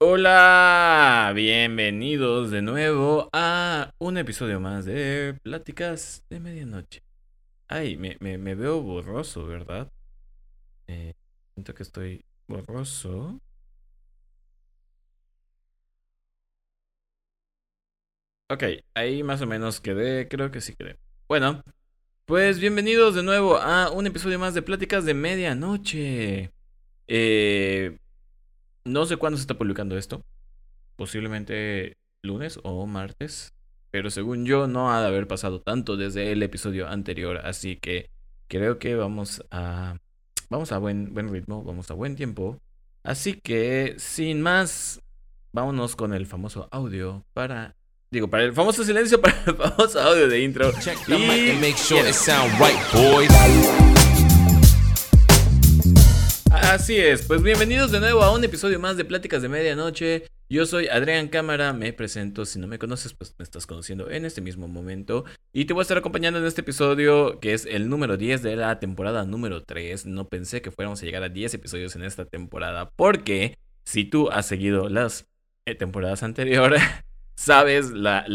Hola, bienvenidos de nuevo a un episodio más de Pláticas de Medianoche. Ay, me veo borroso, ¿verdad? Siento que estoy borroso. Ok, ahí más o menos quedé, creo que sí quedé. Bueno, pues bienvenidos de nuevo a un episodio más de Pláticas de Medianoche. Eh, no sé cuándo se está publicando esto. Posiblemente lunes o martes. Pero según yo no ha de haber pasado tanto desde el episodio anterior. Así que creo que vamos a buen ritmo, vamos a buen tiempo. Así que sin más, vámonos con el famoso audio para... Digo, para el famoso silencio, para el famoso audio de intro. Check the mic Y... and make sure bien. it sound right, boys. Así es, pues bienvenidos de nuevo a un episodio más de Pláticas de Medianoche. Yo soy Adrián Cámara, me presento, si no me conoces pues me estás conociendo en este mismo momento. Y te voy a estar acompañando en este episodio que es el número 10 de la temporada número 3. No pensé que fuéramos a llegar a 10 episodios en esta temporada porque si tú has seguido las temporadas anteriores, sabes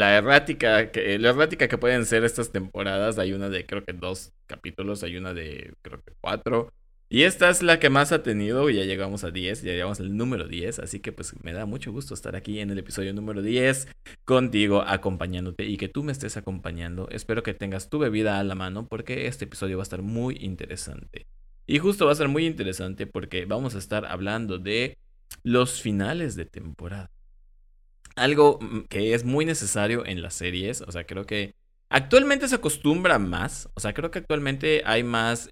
la errática que pueden ser estas temporadas. Hay una de creo que 2 capítulos, hay una de creo que 4. Y esta es la que más ha tenido, ya llegamos a 10, ya llegamos al número 10, así que pues me da mucho gusto estar aquí en el episodio número 10 contigo acompañándote y que tú me estés acompañando. Espero que tengas tu bebida a la mano porque este episodio va a estar muy interesante. Y justo va a ser muy interesante porque vamos a estar hablando de los finales de temporada. Algo que es muy necesario en las series, o sea, creo que actualmente se acostumbra más, o sea, creo que actualmente hay más,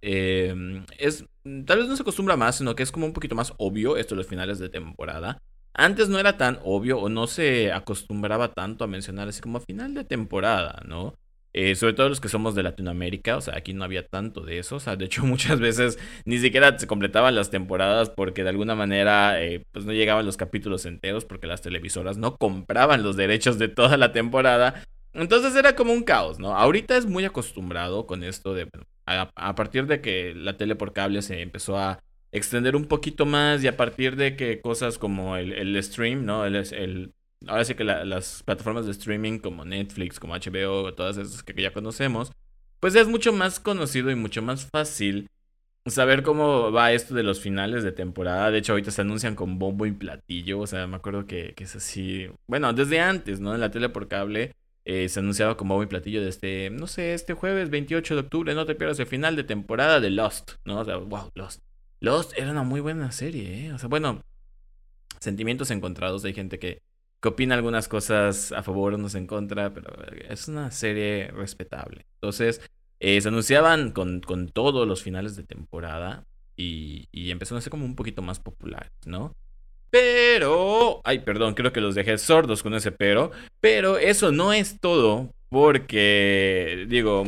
tal vez no se acostumbra más, sino que es como un poquito más obvio esto de los finales de temporada. Antes no era tan obvio o no se acostumbraba tanto a mencionar así como final de temporada, ¿no? Sobre todo los que somos de Latinoamérica, o sea, aquí no había tanto de eso, o sea, de hecho muchas veces ni siquiera se completaban las temporadas porque de alguna manera pues no llegaban los capítulos enteros porque las televisoras no compraban los derechos de toda la temporada. Entonces era como un caos, ¿no? Ahorita es muy acostumbrado con esto de, bueno, a partir de que la tele por cable se empezó a extender un poquito más y a partir de que cosas como el stream, ¿no? Ahora sí que las plataformas de streaming como Netflix, como HBO, todas esas que ya conocemos, pues es mucho más conocido y mucho más fácil saber cómo va esto de los finales de temporada. De hecho, ahorita se anuncian con bombo y platillo. O sea, me acuerdo que es así. Bueno, desde antes, ¿no? En la tele por cable se anunciaba con bombo y platillo de no sé, este jueves 28 de octubre. No te pierdas el final de temporada de Lost, ¿no? O sea, wow, Lost. Lost era una muy buena serie, ¿eh? O sea, bueno, sentimientos encontrados. Hay gente que opina algunas cosas a favor, unos en contra, pero es una serie respetable. Entonces, se anunciaban con todos los finales de temporada y empezaron a ser como un poquito más populares, ¿no? Pero, ay, perdón, creo que los dejé sordos con ese pero eso no es todo porque, digo,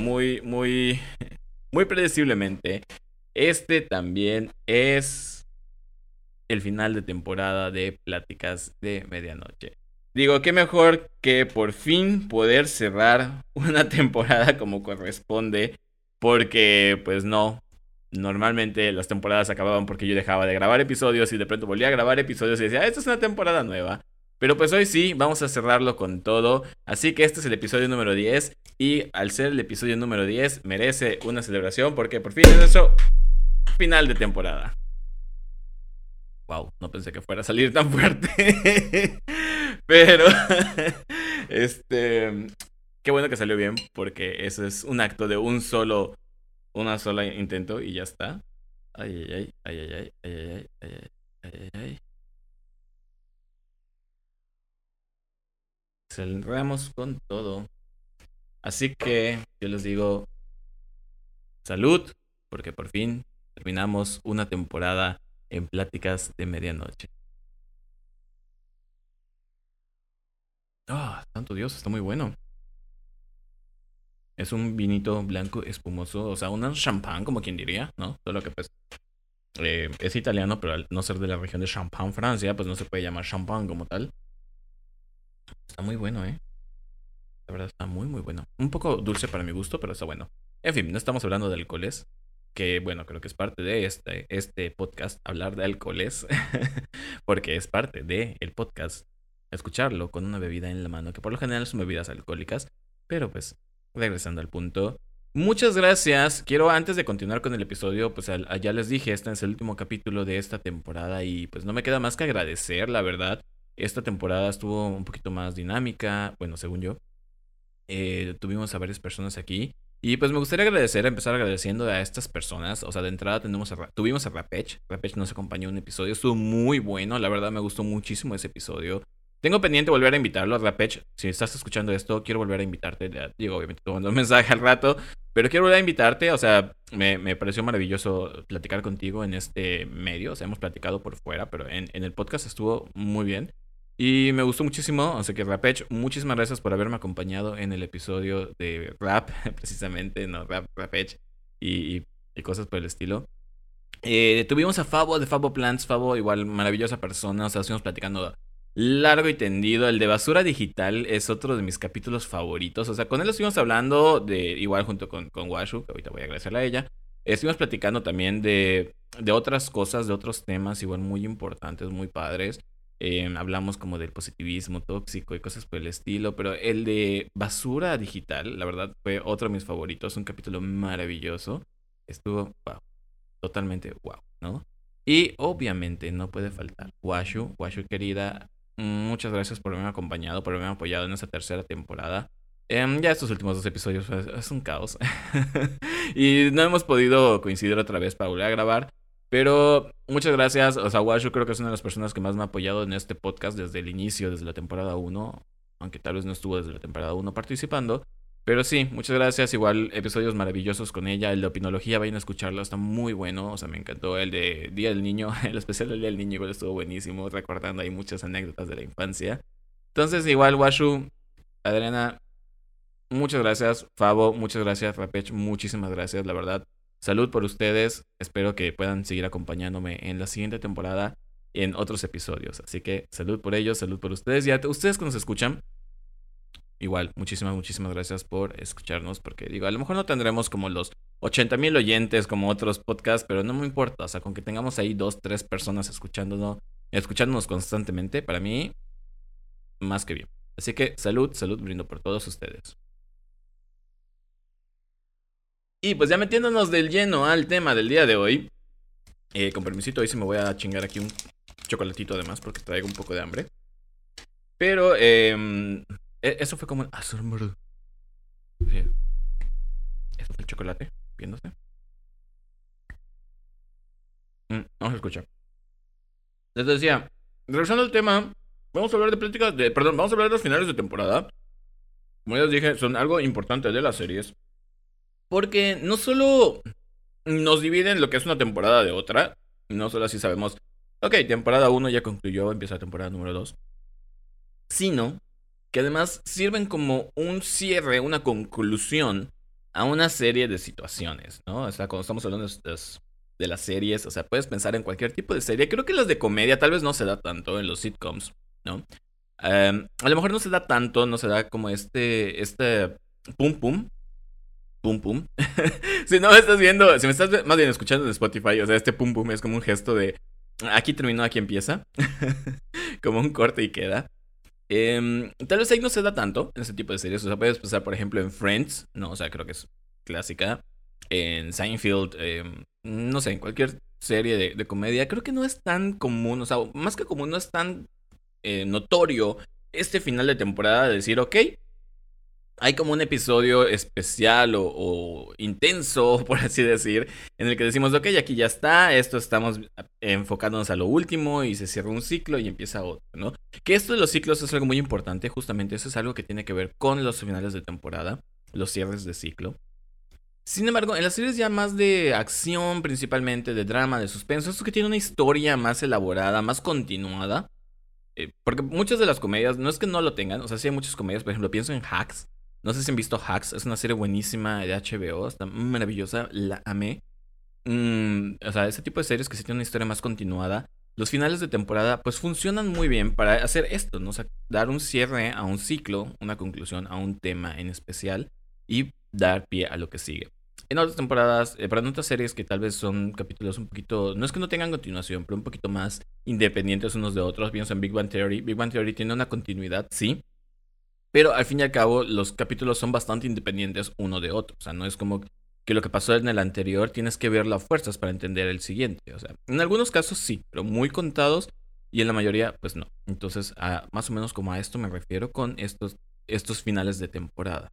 muy predeciblemente, este también es el final de temporada de Pláticas de Medianoche. Digo, qué mejor que por fin poder cerrar una temporada como corresponde, porque pues no, normalmente las temporadas acababan porque yo dejaba de grabar episodios y de pronto volvía a grabar episodios y decía, esta es una temporada nueva. Pero pues hoy sí, vamos a cerrarlo con todo. Así que este es el episodio número 10 y al ser el episodio número 10 merece una celebración porque por fin es nuestro final de temporada. Wow, no pensé que fuera a salir tan fuerte. Pero, este, qué bueno que salió bien, porque eso es un acto de una sola intento y ya está. Ay, ay, ay, ay, ay, ay, ay, ay, ay, ay, ay. Cerramos con todo. Así que yo les digo salud, porque por fin terminamos una temporada en Pláticas de Medianoche. Ah, santo Dios, está muy bueno. Es un vinito blanco espumoso, o sea, un champán, como quien diría, ¿no? Solo que pues es italiano, pero al no ser de la región de Champagne, Francia, pues no se puede llamar champán como tal. Está muy bueno, ¿eh? La verdad está muy bueno. Un poco dulce para mi gusto, pero está bueno. En fin, no estamos hablando de alcoholes, que bueno, creo que es parte de este podcast, hablar de alcoholes. porque es parte del podcast escucharlo con una bebida en la mano, que por lo general son bebidas alcohólicas. Pero pues, regresando al punto. Muchas gracias. Quiero antes de continuar con el episodio, pues ya les dije, este es el último capítulo de esta temporada y pues no me queda más que agradecer, la verdad. Esta temporada estuvo un poquito más dinámica, bueno, según yo. Tuvimos a varias personas aquí. Y pues me gustaría empezar agradeciendo a estas personas. O sea, de entrada tuvimos a Rapech. Rapech nos acompañó en un episodio. Estuvo muy bueno. La verdad me gustó muchísimo ese episodio. Tengo pendiente volver a invitarlo a Rapech. Si estás escuchando esto, quiero volver a invitarte. Digo, obviamente te mando un mensaje al rato. Pero quiero volver a invitarte. O sea, me pareció maravilloso platicar contigo en este medio. O sea, hemos platicado por fuera, pero en el podcast estuvo muy bien. Y me gustó muchísimo, o sea que Rapech, muchísimas gracias por haberme acompañado en el episodio de rap, precisamente, no, Rapech y cosas por el estilo. Tuvimos a Fabo de Fabo Plants, Fabo igual maravillosa persona, o sea, estuvimos platicando largo y tendido. El de basura digital es otro de mis capítulos favoritos, o sea, con él estuvimos hablando de, igual junto con Washu, que ahorita voy a agradecerle a ella. Estuvimos platicando también de otras cosas, de otros temas igual muy importantes, muy padres. Hablamos como del positivismo tóxico y cosas por el estilo, pero el de basura digital, la verdad, fue otro de mis favoritos, un capítulo maravilloso. Estuvo, wow, totalmente wow, ¿no? Y obviamente no puede faltar Washu, Washu querida, muchas gracias por haberme acompañado, por haberme apoyado en esta tercera temporada. Ya estos últimos 2 episodios es un caos. Y no hemos podido coincidir otra vez para volver a grabar. Pero muchas gracias. O sea, Washu creo que es una de las personas que más me ha apoyado en este podcast desde el inicio, desde la temporada 1. Aunque tal vez no estuvo desde la temporada 1 participando. Pero sí, muchas gracias. Igual episodios maravillosos con ella. El de opinología, vayan a escucharlo, está muy bueno. O sea, me encantó el de Día del Niño. El especial del Día del Niño igual estuvo buenísimo. Recordando ahí muchas anécdotas de la infancia. Entonces, igual, Washu, Adriana, muchas gracias. Fabo, muchas gracias. Rapech, muchísimas gracias, la verdad. Salud por ustedes. Espero que puedan seguir acompañándome en la siguiente temporada y en otros episodios. Así que salud por ellos, salud por ustedes. Y a ustedes que nos escuchan, igual, muchísimas gracias por escucharnos. Porque digo, a lo mejor no tendremos como los 80,000 oyentes como otros podcasts, pero no me importa. O sea, con que tengamos ahí 2, 3 personas escuchándonos constantemente, para mí, más que bien. Así que salud, brindo por todos ustedes. Y pues ya metiéndonos del lleno al tema del día de hoy. Con permisito, hoy sí me voy a chingar aquí un chocolatito además porque traigo un poco de hambre. Pero eso fue como un asombro. Eso fue el chocolate, viéndose. Vamos a escuchar. Les decía, regresando al tema, vamos a hablar de pláticas de. Perdón, vamos a hablar de los finales de temporada. Como ya les dije, son algo importante de las series. Porque no solo nos dividen lo que es una temporada de otra. No solo así sabemos, ok, temporada 1 ya concluyó, empieza la temporada número 2. Sino que además sirven como un cierre, una conclusión a una serie de situaciones, ¿no? O sea, cuando estamos hablando de las series, o sea, puedes pensar en cualquier tipo de serie. Creo que las de comedia tal vez no se da tanto en los sitcoms, ¿no? A lo mejor no se da tanto, no se da como este pum pum. Pum pum. Si no me estás viendo, si me estás más bien escuchando en Spotify, o sea, este pum pum es como un gesto de aquí terminó, aquí empieza. Como un corte y queda. Tal vez ahí no se da tanto en ese tipo de series. O sea, puedes pensar, por ejemplo, en Friends, ¿no? O sea, creo que es clásica. En Seinfeld, no sé, en cualquier serie de comedia. Creo que no es tan común, o sea, más que común, no es tan notorio este final de temporada de decir, ok, hay como un episodio especial o intenso, por así decir, en el que decimos, ok, aquí ya está, esto estamos enfocándonos a lo último y se cierra un ciclo y empieza otro, ¿no? Que esto de los ciclos es algo muy importante, justamente eso es algo que tiene que ver con los finales de temporada, los cierres de ciclo. Sin embargo, en las series ya más de acción, principalmente de drama, de suspenso, esto que tiene una historia más elaborada, más continuada. Porque muchas de las comedias, no es que no lo tengan, o sea, sí hay muchas comedias, por ejemplo, pienso en Hacks. No sé si han visto Hacks, es una serie buenísima de HBO, está maravillosa, la amé. O sea, ese tipo de series que sí tienen una historia más continuada. Los finales de temporada pues funcionan muy bien para hacer esto, ¿no? O sea, dar un cierre a un ciclo, una conclusión a un tema en especial y dar pie a lo que sigue. En otras temporadas, pero en otras series que tal vez son capítulos un poquito, no es que no tengan continuación, pero un poquito más independientes unos de otros. Pienso en Big Bang Theory. Big Bang Theory tiene una continuidad, sí, pero al fin y al cabo los capítulos son bastante independientes uno de otro. O sea, no es como que lo que pasó en el anterior tienes que verlo a fuerzas para entender el siguiente. O sea, en algunos casos sí, pero muy contados y en la mayoría pues no. Entonces, más o menos como a esto me refiero con estos finales de temporada.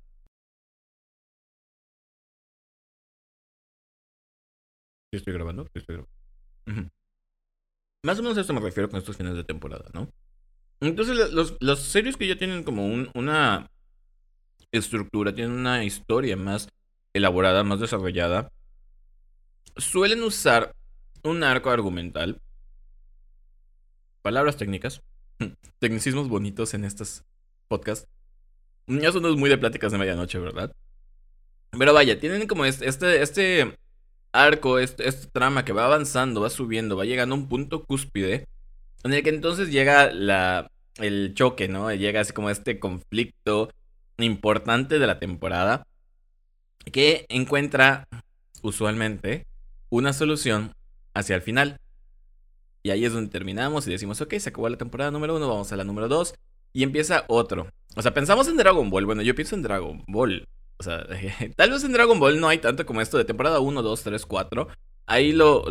¿Sí estoy grabando? Sí estoy grabando. Ujú. Más o menos a esto me refiero con estos finales de temporada, ¿no? Entonces, los series que ya tienen como una estructura, tienen una historia más elaborada, más desarrollada, suelen usar un arco argumental, palabras técnicas, tecnicismos bonitos en estos podcasts. Eso no es muy de pláticas de medianoche, ¿verdad? Pero vaya, tienen como este arco, este trama que va avanzando, va subiendo, va llegando a un punto cúspide en el que entonces llega el choque, ¿no? Llega así como este conflicto importante de la temporada que encuentra usualmente una solución hacia el final. Y ahí es donde terminamos y decimos, ok, se acabó la temporada número 1, vamos a la número 2 y empieza otro. O sea, pensamos en Dragon Ball, bueno, yo pienso en Dragon Ball. O sea, tal vez en Dragon Ball no hay tanto como esto de temporada 1, 2, 3, 4. Ahí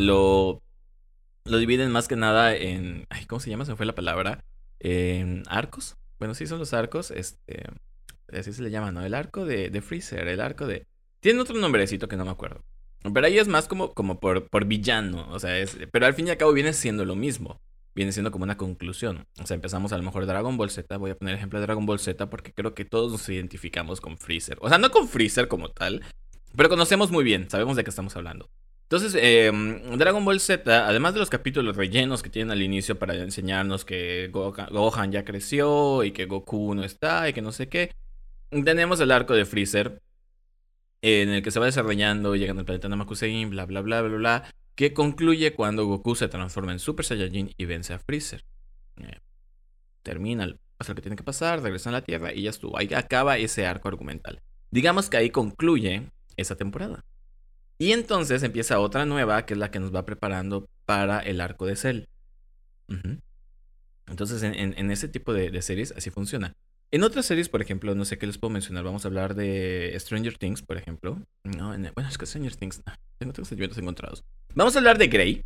lo dividen más que nada en... Ay, ¿cómo se llama? Se me fue la palabra. En arcos. Bueno, sí son los arcos. Así se le llama, ¿no? El arco de Freezer, el arco de... Tiene otro nombrecito que no me acuerdo. Pero ahí es más como por villano. O sea, pero al fin y al cabo viene siendo lo mismo. Viene siendo como una conclusión. O sea, empezamos a lo mejor Dragon Ball Z. Voy a poner ejemplo de Dragon Ball Z porque creo que todos nos identificamos con Freezer. O sea, no con Freezer como tal, pero conocemos muy bien, sabemos de qué estamos hablando. Entonces, Dragon Ball Z, además de los capítulos rellenos que tienen al inicio para enseñarnos que Gohan ya creció y que Goku no está y que no sé qué, tenemos el arco de Freezer en el que se va desarrollando, llegando al planeta Namekusei, bla bla bla bla bla, que concluye cuando Goku se transforma en Super Saiyajin y vence a Freezer. Eh, Termina, pasa lo que tiene que pasar, regresa a la Tierra y ya estuvo. Ahí acaba ese arco argumental. Digamos que ahí concluye esa temporada. Y entonces empieza otra nueva, que es la que nos va preparando para el arco de Cell. Ujú. Entonces, en ese tipo de series, así funciona. En otras series, por ejemplo, no sé qué les puedo mencionar. Vamos a hablar de Stranger Things, por ejemplo. No, bueno, es que Stranger Things, tengo sentimientos encontrados. Vamos a hablar de Grey.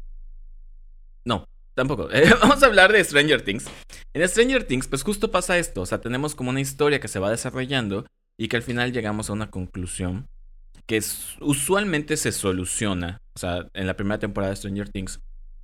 No, tampoco. Vamos a hablar de Stranger Things. En Stranger Things, pues justo pasa esto. O sea, tenemos como una historia que se va desarrollando y que al final llegamos a una conclusión que usualmente se soluciona. O sea, en la primera temporada de Stranger Things.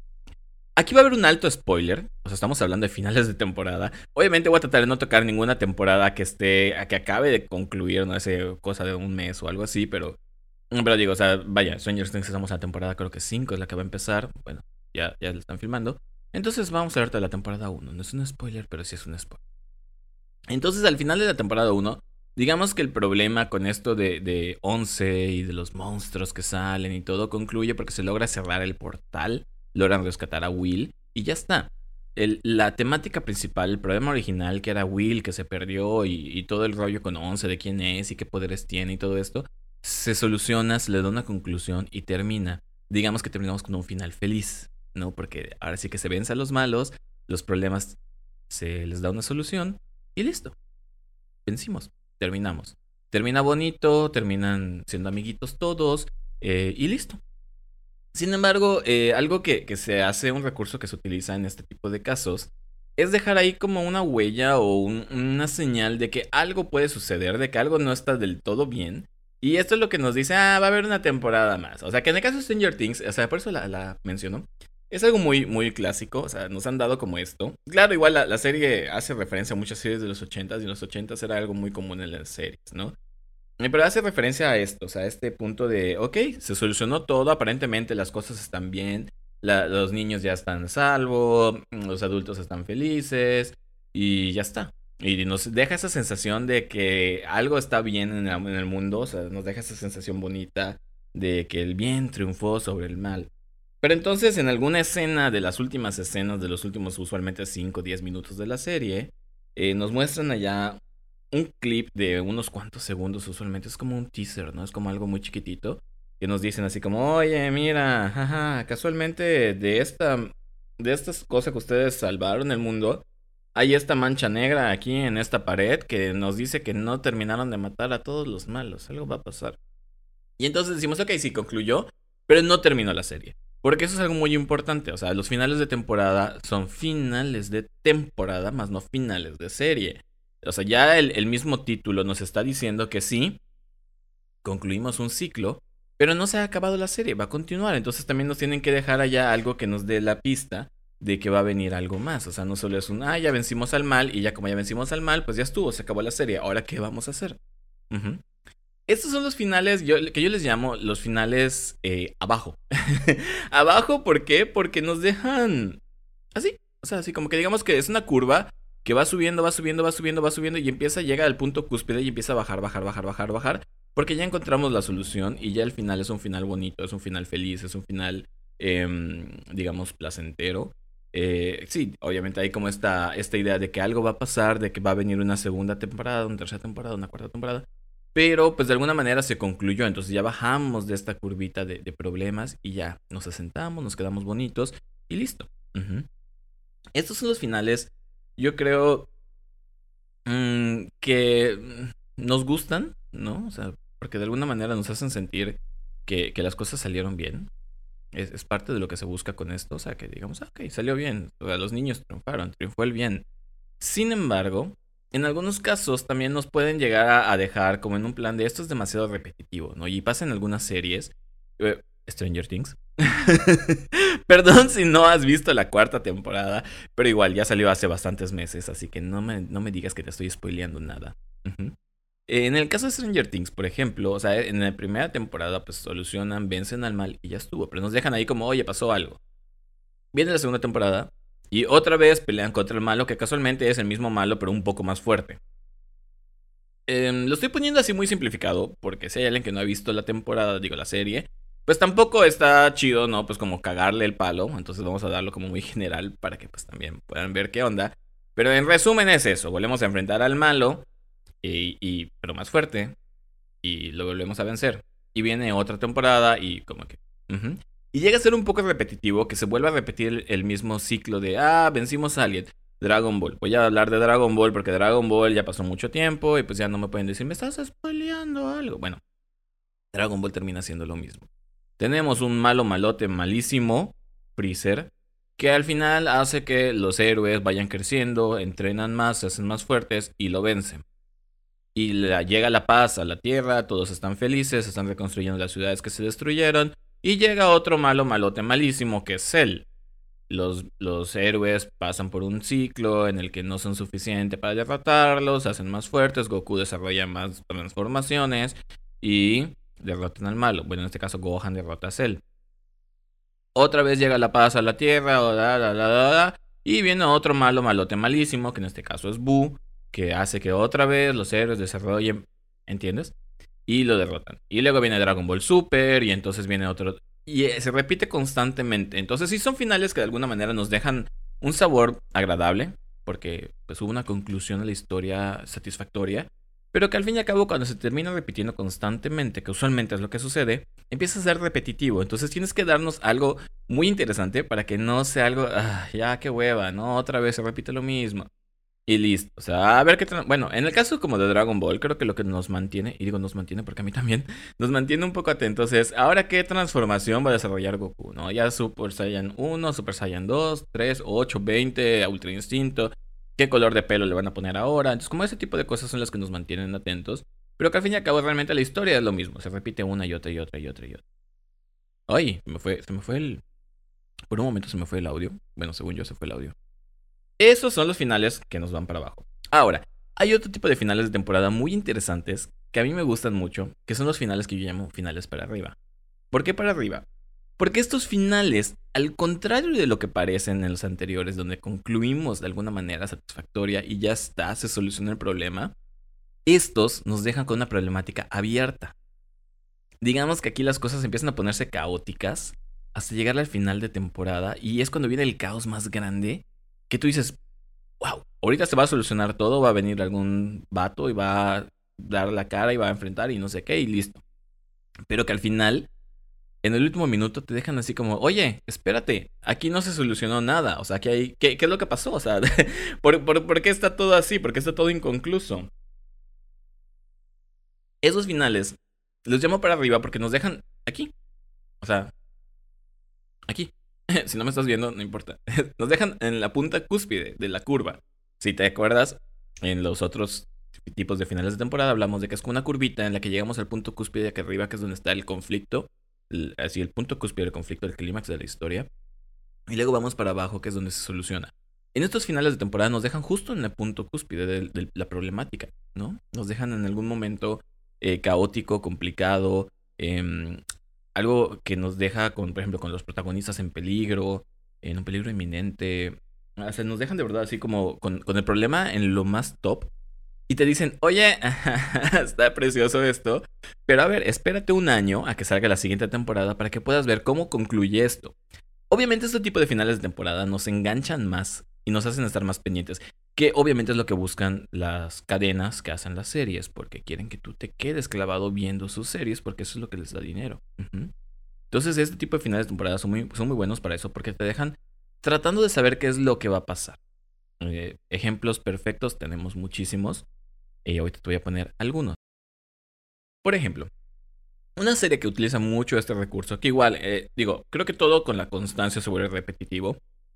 Aquí va a haber un alto spoiler. O sea, estamos hablando de finales de temporada. Obviamente voy a tratar de no tocar ninguna temporada que acabe de concluir, no sé, cosa de un mes o algo así, pero digo, o sea, vaya, Stranger Things estamos en la temporada, creo que 5 es la que va a empezar. Bueno, ya lo están filmando. Entonces vamos a hablar de la temporada 1. No es un spoiler, pero sí es un spoiler. Entonces, al final de la temporada 1, digamos que el problema con esto de 11 y de los monstruos que salen y todo concluye porque se logra cerrar el portal, logran rescatar a Will y ya está. La temática principal, el problema original que era Will que se perdió y todo el rollo con 11 de quién es y qué poderes tiene y todo esto, se soluciona, se le da una conclusión y termina. Digamos que terminamos con un final feliz, ¿no? Porque ahora sí que se vence a los malos, los problemas se les da una solución y listo. Vencimos, terminamos. Termina bonito, terminan siendo amiguitos todos y listo. Sin embargo, algo que se hace, un recurso que se utiliza en este tipo de casos, es dejar ahí como una huella o una señal de que algo puede suceder, de que algo no está del todo bien. Y esto es lo que nos dice, va a haber una temporada más. O sea, que en el caso de Stranger Things, o sea, por eso la menciono. Es algo muy, muy clásico, o sea, nos han dado como esto. Claro, igual la serie hace referencia a muchas series de los 80s y en los 80s era algo muy común en las series, ¿no? Pero hace referencia a esto, o sea, a este punto de, ok, se solucionó todo, aparentemente las cosas están bien, los niños ya están a salvo, los adultos están felices y ya está. Y nos deja esa sensación de que algo está bien en el mundo, o sea, nos deja esa sensación bonita de que el bien triunfó sobre el mal. Pero entonces en alguna escena de las últimas escenas de los últimos usualmente 5 o 10 minutos de la serie, nos muestran allá un clip de unos cuantos segundos usualmente. Es como un teaser, ¿no? Es como algo muy chiquitito. Que nos dicen así como, oye, mira, jaja, casualmente de estas cosas que ustedes salvaron el mundo, hay esta mancha negra aquí en esta pared que nos dice que no terminaron de matar a todos los malos. Algo va a pasar. Y entonces decimos, ok, sí, concluyó, pero no terminó la serie. Porque eso es algo muy importante. O sea, los finales de temporada son finales de temporada, más no finales de serie. O sea, ya el mismo título nos está diciendo que sí, concluimos un ciclo, pero no se ha acabado la serie, va a continuar. Entonces también nos tienen que dejar allá algo que nos dé la pista de que va a venir algo más. O sea, no solo es un, ya vencimos al mal y ya como ya vencimos al mal, pues ya estuvo, se acabó la serie. Ahora, ¿qué vamos a hacer? Ujú. Estos son los finales que yo les llamo los finales abajo. Abajo, ¿por qué? Porque nos dejan así. O sea, así como que digamos que es una curva que va subiendo, va subiendo, va subiendo, va subiendo y empieza, llega al punto cúspide y empieza a bajar, bajar, bajar, bajar, bajar. Porque ya encontramos la solución y ya el final es un final bonito, es un final feliz, es un final, digamos, placentero. Sí, obviamente hay como esta idea de que algo va a pasar, de que va a venir una segunda temporada, una tercera temporada, una cuarta temporada. Pero pues de alguna manera se concluyó, entonces ya bajamos de esta curvita de problemas y ya nos asentamos, nos quedamos bonitos y listo. Ujú. Estos son los finales, yo creo que nos gustan, ¿no? O sea, porque de alguna manera nos hacen sentir que las cosas salieron bien. Es parte de lo que se busca con esto, o sea, que digamos, ok, salió bien, o sea, los niños triunfaron, triunfó el bien. Sin embargo, en algunos casos también nos pueden llegar a dejar como en un plan de esto es demasiado repetitivo, ¿no? Y pasa en algunas series. Stranger Things. Perdón si no has visto la cuarta temporada, pero igual ya salió hace bastantes meses, así que no me digas que te estoy spoileando nada. Ujú. En el caso de Stranger Things, por ejemplo, o sea, en la primera temporada pues solucionan, vencen al mal y ya estuvo, pero nos dejan ahí como, oye, pasó algo. Viene la segunda temporada y otra vez pelean contra el malo, que casualmente es el mismo malo, pero un poco más fuerte. Lo estoy poniendo así muy simplificado, porque si hay alguien que no ha visto la temporada, digo la serie, pues tampoco está chido, ¿no? Pues como cagarle el palo, entonces vamos a darlo como muy general para que pues también puedan ver qué onda. Pero en resumen es eso, volvemos a enfrentar al malo, pero más fuerte, y lo volvemos a vencer. Y viene otra temporada y como que... ujú. Y llega a ser un poco repetitivo, que se vuelve a repetir el mismo ciclo de, vencimos a Alien. Dragon Ball. Voy a hablar de Dragon Ball porque Dragon Ball ya pasó mucho tiempo y pues ya no me pueden decir, me estás spoileando algo. Bueno, Dragon Ball termina siendo lo mismo. Tenemos un malo malote malísimo, Freezer, que al final hace que los héroes vayan creciendo, entrenan más, se hacen más fuertes y lo vencen. Y llega la paz a la Tierra, todos están felices, están reconstruyendo las ciudades que se destruyeron. Y llega otro malo malote malísimo que es Cell. Los héroes pasan por un ciclo en el que no son suficientes para derrotarlos, se hacen más fuertes, Goku desarrolla más transformaciones y derrotan al malo. Bueno, en este caso Gohan derrota a Cell. Otra vez llega la paz a la Tierra, y viene otro malo malote malísimo, que en este caso es Buu, que hace que otra vez los héroes desarrollen, ¿entiendes? Y lo derrotan. Y luego viene Dragon Ball Super y entonces viene otro... Y se repite constantemente. Entonces sí son finales que de alguna manera nos dejan un sabor agradable, porque pues hubo una conclusión a la historia satisfactoria, pero que al fin y al cabo cuando se termina repitiendo constantemente, que usualmente es lo que sucede, empieza a ser repetitivo. Entonces tienes que darnos algo muy interesante para que no sea algo, ya qué hueva, ¿no? Otra vez se repite lo mismo. Y listo. O sea, a ver qué... Bueno, en el caso como de Dragon Ball, creo que lo que nos mantiene, y digo nos mantiene porque a mí también, nos mantiene un poco atentos es, ahora qué transformación va a desarrollar Goku, ¿no? Ya Super Saiyan 1, Super Saiyan 2, 3, 8, 20, Ultra Instinto, qué color de pelo le van a poner ahora. Entonces, como ese tipo de cosas son las que nos mantienen atentos, pero que al fin y al cabo realmente la historia es lo mismo, se repite una y otra y otra y otra y otra. Ay, se me fue el... Por un momento se me fue el audio. Bueno, según yo se fue el audio. Esos son los finales que nos van para abajo. Ahora, hay otro tipo de finales de temporada muy interesantes que a mí me gustan mucho, que son los finales que yo llamo finales para arriba. ¿Por qué para arriba? Porque estos finales, al contrario de lo que parecen en los anteriores, donde concluimos de alguna manera satisfactoria y ya está, se soluciona el problema, estos nos dejan con una problemática abierta. Digamos que aquí las cosas empiezan a ponerse caóticas hasta llegar al final de temporada y es cuando viene el caos más grande que tú dices, wow, ahorita se va a solucionar todo, va a venir algún vato y va a dar la cara y va a enfrentar y no sé qué y listo. Pero que al final, en el último minuto te dejan así como, oye, espérate, aquí no se solucionó nada, o sea, ¿qué es lo que pasó? O sea, ¿por qué está todo así? ¿Por qué está todo inconcluso? Esos finales los llamo para arriba porque nos dejan aquí, o sea, aquí. Si no me estás viendo, no importa. Nos dejan en la punta cúspide de la curva. Si te acuerdas, en los otros tipos de finales de temporada hablamos de que es como una curvita en la que llegamos al punto cúspide de aquí arriba, que es donde está el conflicto. Así, el punto cúspide del conflicto, el clímax de la historia. Y luego vamos para abajo, que es donde se soluciona. En estos finales de temporada nos dejan justo en el punto cúspide de la problemática, ¿no? Nos dejan en algún momento caótico, complicado, algo que nos deja, por ejemplo, con los protagonistas en peligro, en un peligro inminente. O sea, nos dejan de verdad así como con el problema en lo más top. Y te dicen, oye, está precioso esto, pero a ver, espérate un año a que salga la siguiente temporada para que puedas ver cómo concluye esto. Obviamente este tipo de finales de temporada nos enganchan más y nos hacen estar más pendientes, que obviamente es lo que buscan las cadenas que hacen las series, porque quieren que tú te quedes clavado viendo sus series, porque eso es lo que les da dinero. Entonces este tipo de finales de temporada son muy buenos para eso, porque te dejan tratando de saber qué es lo que va a pasar. Ejemplos perfectos tenemos muchísimos, y ahorita te voy a poner algunos. Por ejemplo, una serie que utiliza mucho este recurso, que igual, creo que todo con la constancia se vuelve repetitivo.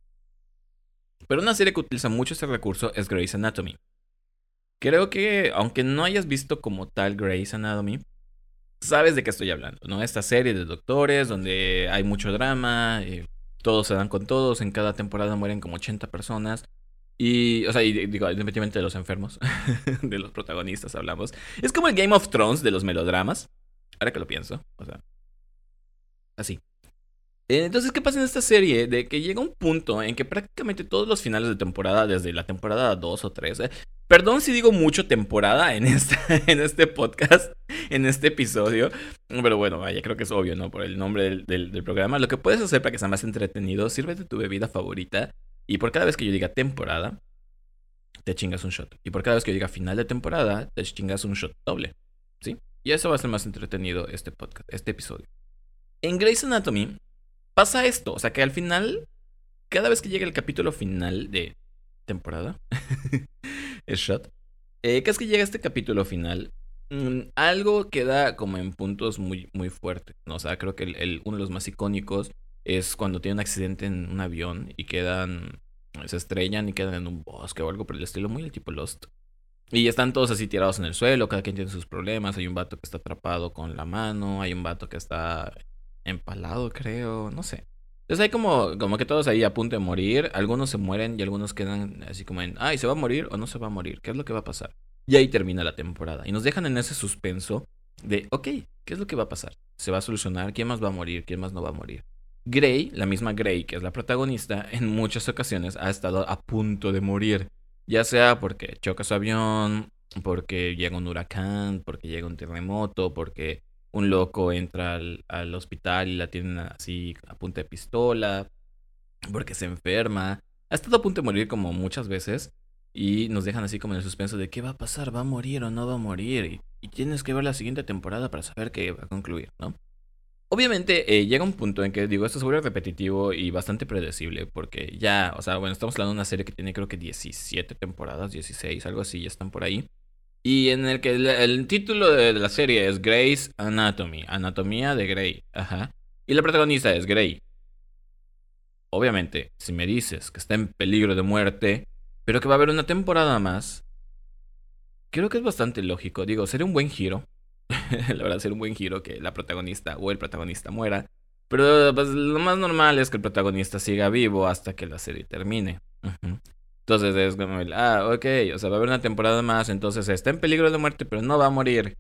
Pero una serie que utiliza mucho este recurso es Grey's Anatomy. Creo que, aunque no hayas visto como tal Grey's Anatomy, sabes de qué estoy hablando, ¿no? Esta serie de doctores donde hay mucho drama, todos se dan con todos, en cada temporada mueren como 80 personas. Y, o sea, independientemente de los enfermos, de los protagonistas hablamos. Es como el Game of Thrones de los melodramas. Ahora que lo pienso, o sea, así. Entonces, ¿qué pasa en esta serie? De que llega un punto en que prácticamente todos los finales de temporada, desde la temporada 2 o 3, perdón si digo mucho temporada en este podcast, en este episodio, pero bueno, vaya, creo que es obvio, ¿no? Por el nombre del programa. Lo que puedes hacer para que sea más entretenido, sírvete tu bebida favorita y por cada vez que yo diga temporada, te chingas un shot. Y por cada vez que yo diga final de temporada, te chingas un shot doble, ¿sí? Y eso va a ser más entretenido este podcast, este episodio. En Grey's Anatomy pasa esto, o sea que al final, cada vez que llega el capítulo final de temporada, es shot, cada vez que llega este capítulo final, algo queda como en puntos muy, muy fuertes, ¿no? O sea, creo que uno de los más icónicos es cuando tiene un accidente en un avión y se estrellan y quedan en un bosque o algo por el estilo, muy el tipo Lost. Y están todos así tirados en el suelo, cada quien tiene sus problemas, hay un vato que está atrapado con la mano, hay un vato que está empalado, creo, no sé. Entonces hay como que todos ahí a punto de morir, algunos se mueren y algunos quedan así como en, ay, ¿se va a morir o no se va a morir? ¿Qué es lo que va a pasar? Y ahí termina la temporada. Y nos dejan en ese suspenso de, ok, ¿qué es lo que va a pasar? ¿Se va a solucionar? ¿Quién más va a morir? ¿Quién más no va a morir? Grey, la misma Grey, que es la protagonista, en muchas ocasiones ha estado a punto de morir. Ya sea porque choca su avión, porque llega un huracán, porque llega un terremoto, porque un loco entra al hospital y la tienen así a punta de pistola, porque se enferma. Ha estado a punto de morir como muchas veces y nos dejan así como en el suspenso de qué va a pasar, va a morir o no va a morir. Y tienes que ver la siguiente temporada para saber qué va a concluir, ¿no? Obviamente llega un punto en que esto se vuelve repetitivo y bastante predecible porque ya, o sea, bueno, estamos hablando de una serie que tiene creo que 17 temporadas, 16, algo así, ya están por ahí. Y en el que el título de la serie es Grey's Anatomy, Anatomía de Grey, ajá. Y la protagonista es Grey. Obviamente, si me dices que está en peligro de muerte, pero que va a haber una temporada más, creo que es bastante lógico. Digo, sería un buen giro. La verdad, sería un buen giro que la protagonista o el protagonista muera. Pero pues lo más normal es que el protagonista siga vivo hasta que la serie termine. Entonces es como ok, o sea, va a haber una temporada más, entonces está en peligro de muerte, pero no va a morir.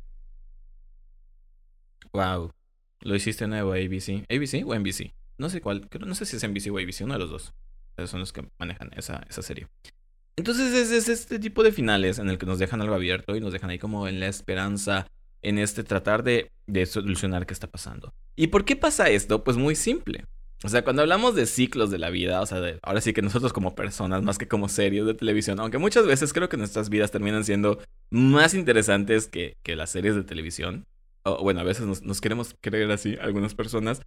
Wow. Lo hiciste nuevo, ABC. ¿ABC o NBC? No sé cuál, no sé si es NBC o ABC, uno de los dos. Esos son los que manejan esa serie. Entonces es este tipo de finales en el que nos dejan algo abierto y nos dejan ahí como en la esperanza, en este tratar de solucionar qué está pasando. ¿Y por qué pasa esto? Pues muy simple. O sea, cuando hablamos de ciclos de la vida, o sea, ahora sí que nosotros como personas, más que como series de televisión, aunque muchas veces creo que nuestras vidas terminan siendo más interesantes que las series de televisión, o bueno, a veces nos queremos creer así, algunas personas,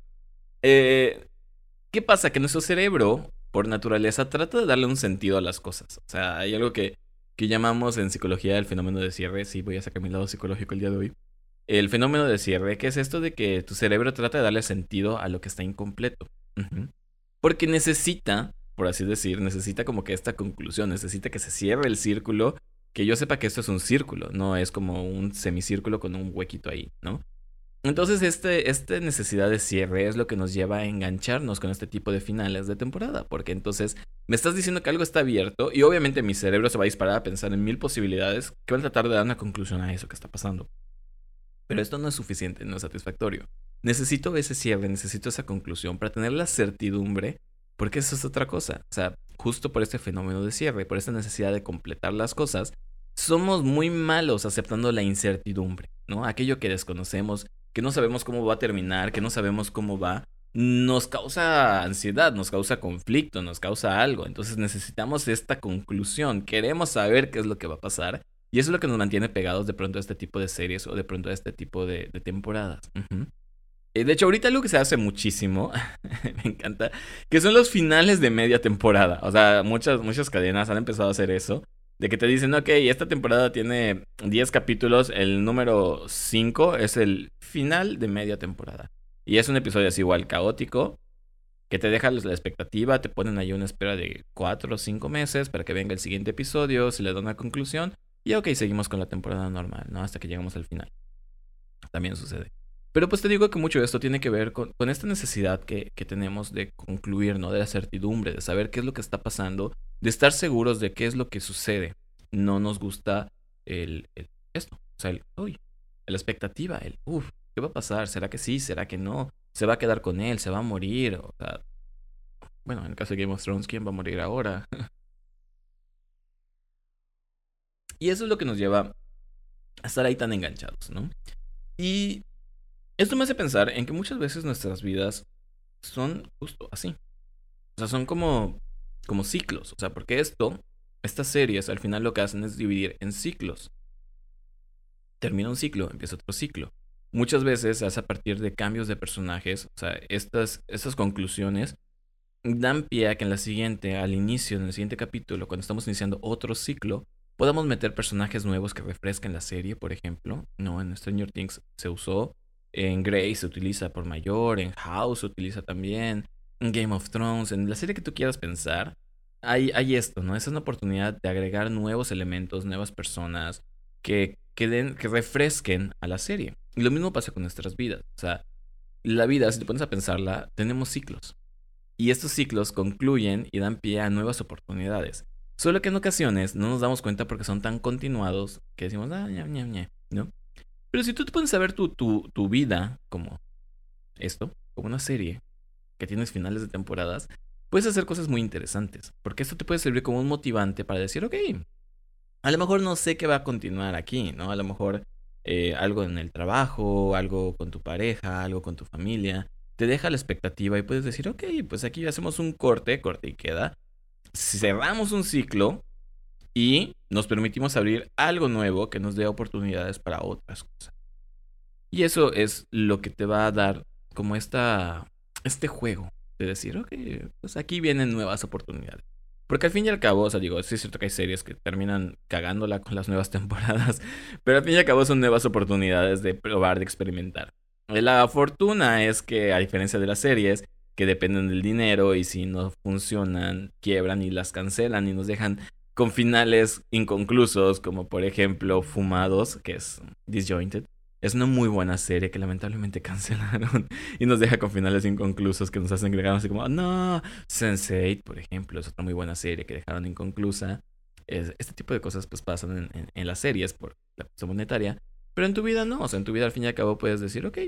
eh, ¿qué pasa? Que nuestro cerebro, por naturaleza, trata de darle un sentido a las cosas. O sea, hay algo que llamamos en psicología el fenómeno de cierre. Sí, voy a sacar mi lado psicológico el día de hoy. El fenómeno de cierre, que es esto de que tu cerebro trata de darle sentido a lo que está incompleto. Ujú. Porque necesita, por así decir, necesita como que esta conclusión, necesita que se cierre el círculo, que yo sepa que esto es un círculo, no es como un semicírculo con un huequito ahí, ¿no? Entonces, esta necesidad de cierre es lo que nos lleva a engancharnos con este tipo de finales de temporada. Porque entonces me estás diciendo que algo está abierto y obviamente mi cerebro se va a disparar a pensar en mil posibilidades que van a tratar de dar una conclusión a eso que está pasando. Pero esto no es suficiente, no es satisfactorio. Necesito ese cierre, necesito esa conclusión para tener la certidumbre, porque eso es otra cosa. O sea, justo por este fenómeno de cierre, por esta necesidad de completar las cosas, somos muy malos aceptando la incertidumbre, ¿no? Aquello que desconocemos, que no sabemos cómo va a terminar, que no sabemos cómo va, nos causa ansiedad, nos causa conflicto, nos causa algo. Entonces necesitamos esta conclusión, queremos saber qué es lo que va a pasar. Y eso es lo que nos mantiene pegados de pronto a este tipo de series o de pronto a este tipo de temporadas. Ujú. De hecho, ahorita algo que se hace muchísimo, me encanta, que son los finales de media temporada. O sea, muchas cadenas han empezado a hacer eso. De que te dicen, ok, esta temporada tiene 10 capítulos, el número 5 es el final de media temporada. Y es un episodio así igual caótico, que te deja la expectativa, te ponen ahí una espera de 4 o 5 meses para que venga el siguiente episodio, se le da una conclusión. Y ok, seguimos con la temporada normal, ¿no? Hasta que llegamos al final. También sucede. Pero pues te digo que mucho de esto tiene que ver con esta necesidad que tenemos de concluir, ¿no? De la certidumbre, de saber qué es lo que está pasando, de estar seguros de qué es lo que sucede. No nos gusta esto. O sea, uy, la expectativa, ¿qué va a pasar? ¿Será que sí? ¿Será que no? ¿Se va a quedar con él? ¿Se va a morir? O sea, bueno, en el caso de Game of Thrones, ¿quién va a morir ahora? Y eso es lo que nos lleva a estar ahí tan enganchados, ¿no? Y esto me hace pensar en que muchas veces nuestras vidas son justo así. O sea, son como ciclos. O sea, porque estas series al final lo que hacen es dividir en ciclos. Termina un ciclo, empieza otro ciclo. Muchas veces se hace a partir de cambios de personajes. O sea, estas conclusiones dan pie a que al inicio, en el siguiente capítulo, cuando estamos iniciando otro ciclo, podamos meter personajes nuevos que refresquen la serie, por ejemplo. No, en Stranger Things se usó. En Grey se utiliza por mayor. En House se utiliza también. En Game of Thrones. En la serie que tú quieras pensar. Hay esto, ¿no? Esa es una oportunidad de agregar nuevos elementos, nuevas personas que refresquen a la serie. Y lo mismo pasa con nuestras vidas. O sea, la vida, si te pones a pensarla, tenemos ciclos. Y estos ciclos concluyen y dan pie a nuevas oportunidades. Solo que en ocasiones no nos damos cuenta porque son tan continuados que decimos, ¿no? Pero si tú te pones a ver tu vida como esto, como una serie que tienes finales de temporadas, puedes hacer cosas muy interesantes. Porque esto te puede servir como un motivante para decir, ok, a lo mejor no sé qué va a continuar aquí, ¿no? A lo mejor algo en el trabajo, algo con tu pareja, algo con tu familia, te deja la expectativa y puedes decir, ok, pues aquí hacemos un corte y queda. Cerramos un ciclo y nos permitimos abrir algo nuevo que nos dé oportunidades para otras cosas. Y eso es lo que te va a dar como este juego de decir, ok, pues aquí vienen nuevas oportunidades. Porque al fin y al cabo, o sea, digo, sí es cierto que hay series que terminan cagándola con las nuevas temporadas, pero al fin y al cabo son nuevas oportunidades de probar, de experimentar. La fortuna es que, a diferencia de las series, que dependen del dinero y si no funcionan, quiebran y las cancelan y nos dejan con finales inconclusos, como por ejemplo Fumados, que es Disjointed. Es una muy buena serie que lamentablemente cancelaron y nos deja con finales inconclusos que nos hacen agregar así como, no, Sense8, por ejemplo, es otra muy buena serie que dejaron inconclusa. Este tipo de cosas pues pasan en las series por la cuestión monetaria, pero en tu vida no, o sea, en tu vida al fin y al cabo puedes decir, ok,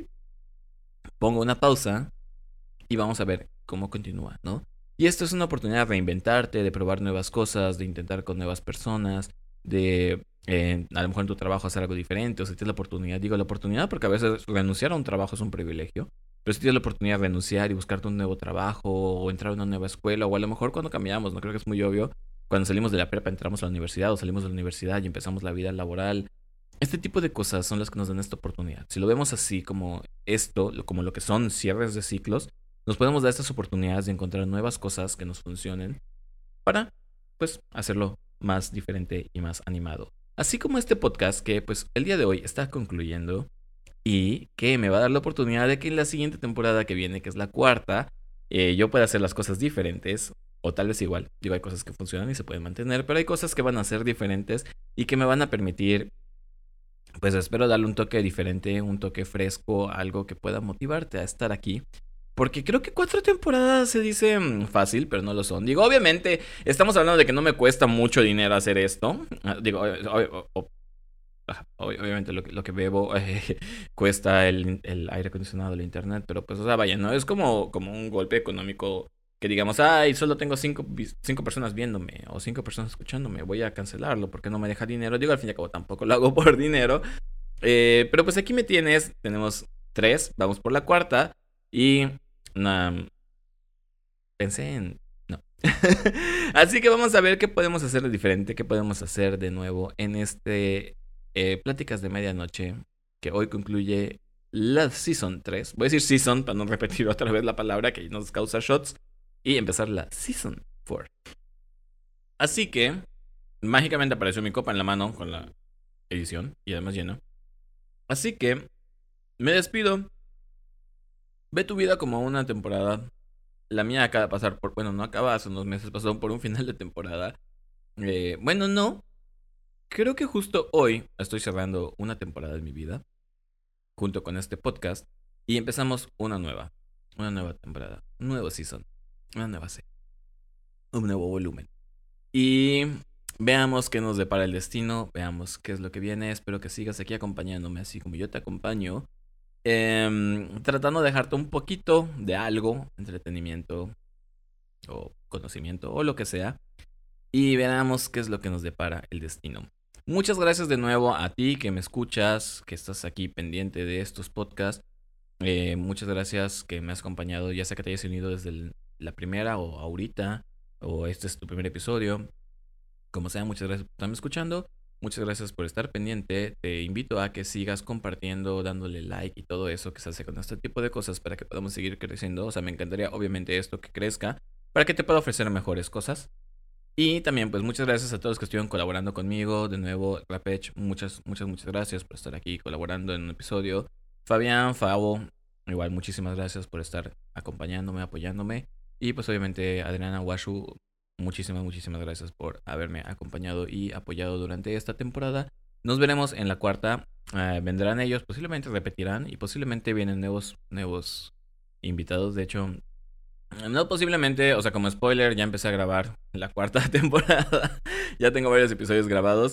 pongo una pausa y vamos a ver cómo continúa, ¿no? Y esto es una oportunidad de reinventarte, de probar nuevas cosas, de intentar con nuevas personas, de a lo mejor en tu trabajo hacer algo diferente, o si tienes la oportunidad, digo la oportunidad porque a veces renunciar a un trabajo es un privilegio, pero si tienes la oportunidad de renunciar y buscarte un nuevo trabajo o entrar a una nueva escuela, o a lo mejor cuando cambiamos, no creo que es muy obvio, cuando salimos de la prepa entramos a la universidad o salimos de la universidad y empezamos la vida laboral. Este tipo de cosas son las que nos dan esta oportunidad. Si lo vemos así como esto, como lo que son cierres de ciclos, nos podemos dar estas oportunidades de encontrar nuevas cosas que nos funcionen para, pues, hacerlo más diferente y más animado. Así como este podcast que, pues, el día de hoy está concluyendo y que me va a dar la oportunidad de que en la siguiente temporada que viene, que es la cuarta, yo pueda hacer las cosas diferentes o tal vez igual. Digo, hay cosas que funcionan y se pueden mantener, pero hay cosas que van a ser diferentes y que me van a permitir, pues espero darle un toque diferente, un toque fresco, algo que pueda motivarte a estar aquí. Porque creo que 4 temporadas se dice fácil, pero no lo son. Digo, obviamente, estamos hablando de que no me cuesta mucho dinero hacer esto. Digo, obviamente lo que bebo cuesta el aire acondicionado, el internet, pero pues, o sea, vaya, no es como un golpe económico que digamos, ay, solo tengo cinco personas viéndome o 5 personas escuchándome, voy a cancelarlo porque no me deja dinero. Digo, al fin y al cabo tampoco lo hago por dinero. Pero pues aquí me tienes, tenemos 3, vamos por la cuarta y nah, pensé en... No. Así que vamos a ver qué podemos hacer de diferente, qué podemos hacer de nuevo en este Pláticas de Medianoche, que hoy concluye la Season 3. Voy a decir Season para no repetir otra vez la palabra que nos causa shots. Y empezar la Season 4. Así que, mágicamente apareció mi copa en la mano con la edición y además lleno. Así que, me despido. Ve tu vida como una temporada. La mía acaba de pasar por... Bueno, no acaba, hace unos meses pasó por un final de temporada. Bueno, no. Creo que justo hoy estoy cerrando una temporada de mi vida. Junto con este podcast. Y empezamos una nueva temporada. Un nuevo season. Una nueva serie. Un nuevo volumen. Y veamos qué nos depara el destino. Veamos qué es lo que viene. Espero que sigas aquí acompañándome así como yo te acompaño. Tratando de dejarte un poquito de algo, entretenimiento o conocimiento o lo que sea. Y veamos qué es lo que nos depara el destino. Muchas gracias de nuevo a ti que me escuchas, que estás aquí pendiente de estos podcasts. Muchas gracias que me has acompañado, ya sea que te hayas unido desde la primera o ahorita, o este es tu primer episodio. Como sea, muchas gracias por estarme escuchando. Muchas gracias por estar pendiente. Te invito a que sigas compartiendo, dándole like y todo eso que se hace con este tipo de cosas para que podamos seguir creciendo. O sea, me encantaría obviamente esto que crezca para que te pueda ofrecer mejores cosas. Y también pues muchas gracias a todos los que estuvieron colaborando conmigo. De nuevo, Rapech, muchas gracias por estar aquí colaborando en un episodio. Fabián, Fabo, igual muchísimas gracias por estar acompañándome, apoyándome. Y pues obviamente Adriana, Washu, muchísimas gracias por haberme acompañado y apoyado durante esta temporada. Nos veremos en la cuarta. Vendrán ellos, posiblemente repetirán y posiblemente vienen nuevos invitados. De hecho, no posiblemente, o sea, como spoiler, ya empecé a grabar la cuarta temporada. Ya tengo varios episodios grabados.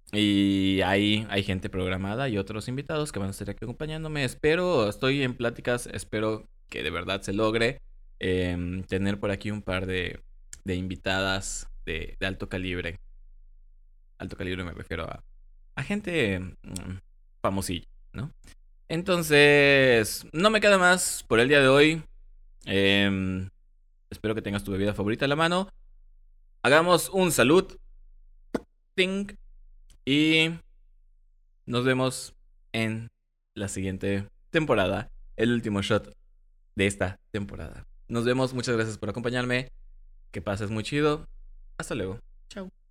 Y hay gente programada y otros invitados que van a estar aquí acompañándome. Estoy en pláticas, espero que de verdad se logre tener por aquí un par de invitadas de alto calibre. Alto calibre me refiero a gente famosilla, ¿no? Entonces, no me queda más por el día de hoy. Espero que tengas tu bebida favorita a la mano. Hagamos un salud. Ting. Y nos vemos en la siguiente temporada. El último shot de esta temporada. Nos vemos. Muchas gracias por acompañarme. Que pases muy chido. Hasta luego. Chao.